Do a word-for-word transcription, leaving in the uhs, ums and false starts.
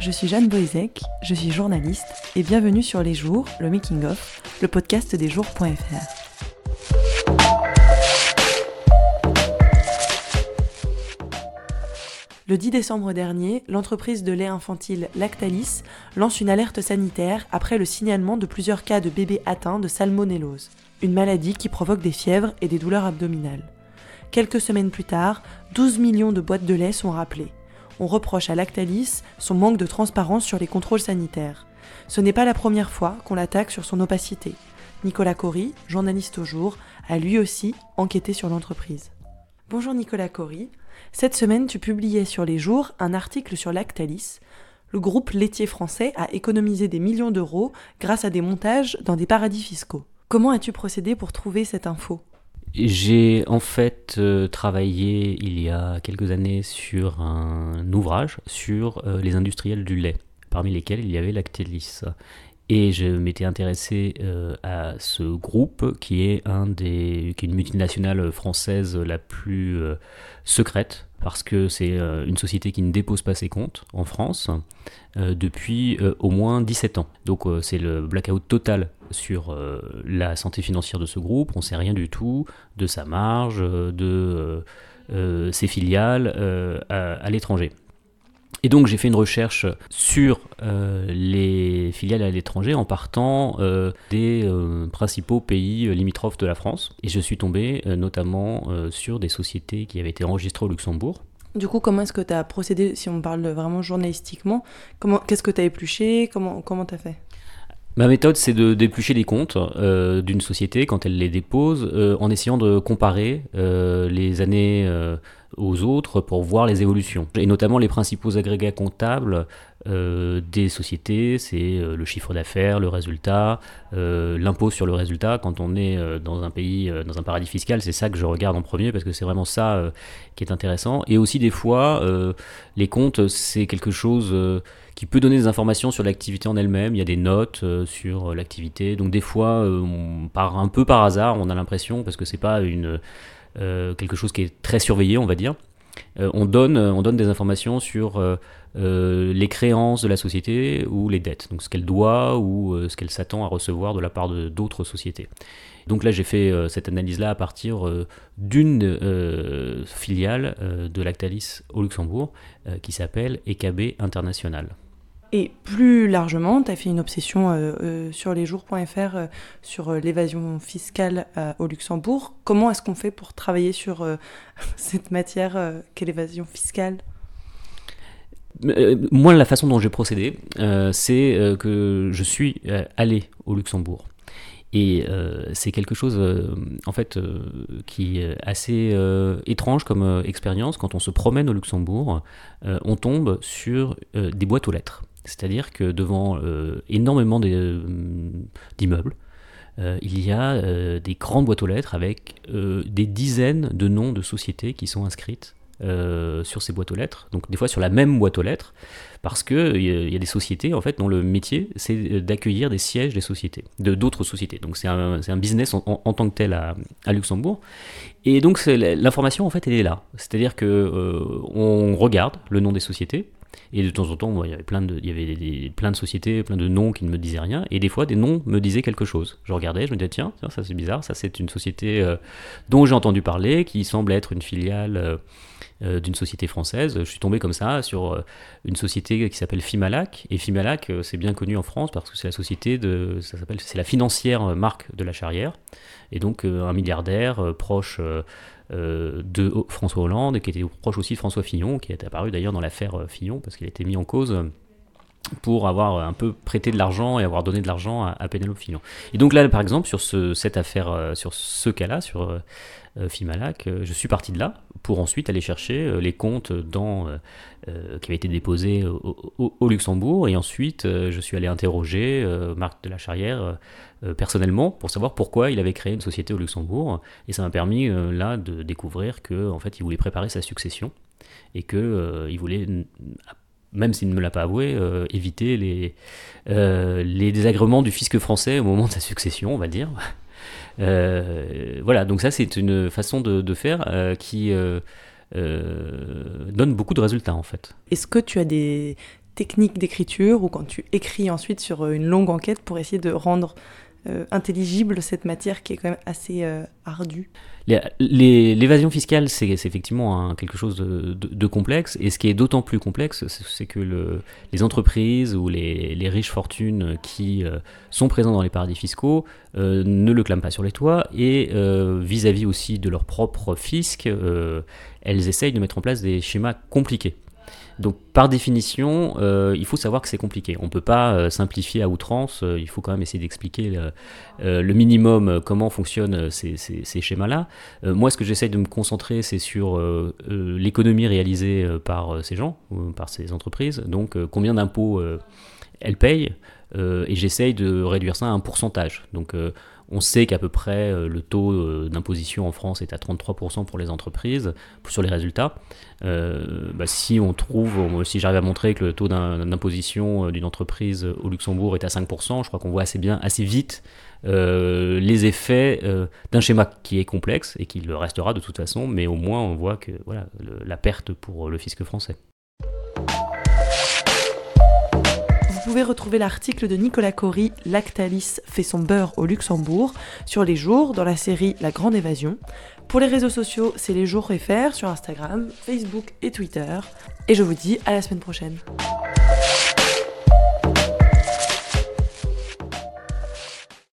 je suis Jeanne Boisek, je suis journaliste et bienvenue sur Les Jours, le Making of, le podcast des jours point f r. Le dix décembre dernier, l'entreprise de lait infantile Lactalis lance une alerte sanitaire après le signalement de plusieurs cas de bébés atteints de salmonellose, une maladie qui provoque des fièvres et des douleurs abdominales. Quelques semaines plus tard, douze millions de boîtes de lait sont rappelées. On reproche à Lactalis son manque de transparence sur les contrôles sanitaires. Ce n'est pas la première fois qu'on l'attaque sur son opacité. Nicolas Cory, journaliste au Jour, a lui aussi enquêté sur l'entreprise. Bonjour Nicolas Cory. Cette semaine, tu publiais sur Les Jours un article sur Lactalis. Le groupe laitier français a économisé des millions d'euros grâce à des montages dans des paradis fiscaux. Comment as-tu procédé pour trouver cette info ? J'ai en fait euh, travaillé il y a quelques années sur un ouvrage sur euh, les industriels du lait, parmi lesquels il y avait Lactalis. Et je m'étais intéressé euh, à ce groupe qui est, un des, qui est une multinationale française la plus euh, secrète, parce que c'est euh, une société qui ne dépose pas ses comptes en France euh, depuis euh, au moins dix-sept ans. Donc euh, c'est le blackout total sur euh, la santé financière de ce groupe. On ne sait rien du tout de sa marge, de euh, euh, ses filiales euh, à, à l'étranger. Et donc j'ai fait une recherche sur euh, les filiales à l'étranger en partant euh, des euh, principaux pays limitrophes de la France. Et je suis tombé euh, notamment euh, sur des sociétés qui avaient été enregistrées au Luxembourg. Du coup, comment est-ce que tu as procédé, si on parle vraiment journalistiquement, comment, qu'est-ce que tu as épluché, comment comment tu as fait ? Ma méthode, c'est de d'éplucher les comptes euh, d'une société quand elle les dépose, euh, en essayant de comparer euh, les années euh, aux autres pour voir les évolutions. Et notamment les principaux agrégats comptables euh, des sociétés, c'est euh, le chiffre d'affaires, le résultat, euh, l'impôt sur le résultat. Quand on est euh, dans un pays, euh, dans un paradis fiscal, c'est ça que je regarde en premier parce que c'est vraiment ça euh, qui est intéressant. Et aussi des fois, euh, les comptes, c'est quelque chose euh, qui peut donner des informations sur l'activité en elle-même. Il y a des notes euh, sur l'activité. Donc des fois, euh, on part un peu par hasard, on a l'impression, parce que c'est pas une, euh, quelque chose qui est très surveillé, on va dire. Euh, on, donne, on donne des informations sur euh, euh, les créances de la société ou les dettes, donc ce qu'elle doit ou euh, ce qu'elle s'attend à recevoir de la part de, d'autres sociétés. Donc là, j'ai fait euh, cette analyse-là à partir euh, d'une euh, filiale euh, de Lactalis au Luxembourg euh, qui s'appelle E K B International. Et plus largement, tu as fait une obsession euh, euh, sur les jours point f r euh, sur euh, l'évasion fiscale euh, au Luxembourg. Comment est-ce qu'on fait pour travailler sur euh, cette matière euh, qu'est l'évasion fiscale ? euh, Moi, la façon dont j'ai procédé, euh, c'est euh, que je suis euh, allé au Luxembourg. Et euh, c'est quelque chose euh, en fait euh, qui est assez euh, étrange comme euh, expérience. Quand on se promène au Luxembourg, euh, on tombe sur euh, des boîtes aux lettres. C'est-à-dire que devant euh, énormément de, euh, d'immeubles, euh, il y a euh, des grandes boîtes aux lettres avec euh, des dizaines de noms de sociétés qui sont inscrites euh, sur ces boîtes aux lettres. Donc des fois sur la même boîte aux lettres, parce qu'il y, y a des sociétés en fait dont le métier c'est d'accueillir des sièges des sociétés, de, d'autres sociétés. Donc c'est un, c'est un business en, en, en tant que tel à, à Luxembourg. Et donc c'est, l'information en fait elle est là. C'est-à-dire que euh, on regarde le nom des sociétés. Et de temps en temps, moi, il y avait, plein de, il y avait des, des, plein de sociétés, plein de noms qui ne me disaient rien. Et des fois, des noms me disaient quelque chose. Je regardais, je me disais, tiens, tiens ça c'est bizarre. Ça, c'est une société euh, dont j'ai entendu parler, qui semble être une filiale euh, euh, d'une société française. Je suis tombé comme ça sur euh, une société qui s'appelle Fimalac. Et Fimalac, euh, c'est bien connu en France parce que c'est la société de... Ça s'appelle, c'est la financière euh, Marc de la Charrière. Et donc, euh, un milliardaire euh, proche... Euh, Euh, de François Hollande et qui était proche aussi de François Fillon, qui est apparu d'ailleurs dans l'affaire Fillon parce qu'il a été mis en cause pour avoir un peu prêté de l'argent et avoir donné de l'argent à, à Pénélope Fillon. Et donc là, par exemple, sur ce, cette affaire, sur ce cas-là, sur euh, Fimalac, euh, je suis parti de là pour ensuite aller chercher euh, les comptes dans, euh, euh, qui avaient été déposés au, au, au Luxembourg, et ensuite euh, je suis allé interroger euh, Marc de la Charrière euh, personnellement pour savoir pourquoi il avait créé une société au Luxembourg, et ça m'a permis euh, là de découvrir que en fait il voulait préparer sa succession et que euh, il voulait, même s'il ne me l'a pas avoué, euh, éviter les, euh, les désagréments du fisc français au moment de sa succession, on va dire. Euh, voilà, donc ça c'est une façon de, de faire euh, qui euh, euh, donne beaucoup de résultats en fait. Est-ce que tu as des technique d'écriture ou quand tu écris ensuite sur une longue enquête pour essayer de rendre euh, intelligible cette matière qui est quand même assez euh, ardue. Les, les, l'évasion fiscale, c'est, c'est effectivement un, quelque chose de, de, de complexe, et ce qui est d'autant plus complexe, c'est, c'est que le, les entreprises ou les, les riches fortunes qui euh, sont présents dans les paradis fiscaux euh, ne le clament pas sur les toits, et euh, vis-à-vis aussi de leur propre fisc, euh, elles essayent de mettre en place des schémas compliqués. Donc par définition, euh, il faut savoir que c'est compliqué. On ne peut pas euh, simplifier à outrance, euh, il faut quand même essayer d'expliquer le, euh, le minimum euh, comment fonctionnent ces, ces, ces schémas-là. Euh, moi, ce que j'essaye de me concentrer, c'est sur euh, euh, l'économie réalisée euh, par euh, ces gens, ou par ces entreprises. Donc euh, combien d'impôts euh, elles payent, euh, et j'essaye de réduire ça à un pourcentage. Donc euh, on sait qu'à peu près euh, le taux euh, d'imposition en France est à trente-trois pour cent pour les entreprises, sur les résultats. Euh, bah, si on trouve, si j'arrive à montrer que le taux d'un, d'imposition d'une entreprise au Luxembourg est à cinq pour cent, je crois qu'on voit assez bien, assez vite, euh, les effets euh, d'un schéma qui est complexe et qui le restera de toute façon, mais au moins on voit que voilà, le, la perte pour le fisc français. Vous pouvez retrouver l'article de Nicolas Cory, Lactalis fait son beurre au Luxembourg, sur Les Jours, dans la série La Grande Évasion. Pour les réseaux sociaux, c'est Les Jours F R sur Instagram, Facebook et Twitter. Et je vous dis à la semaine prochaine.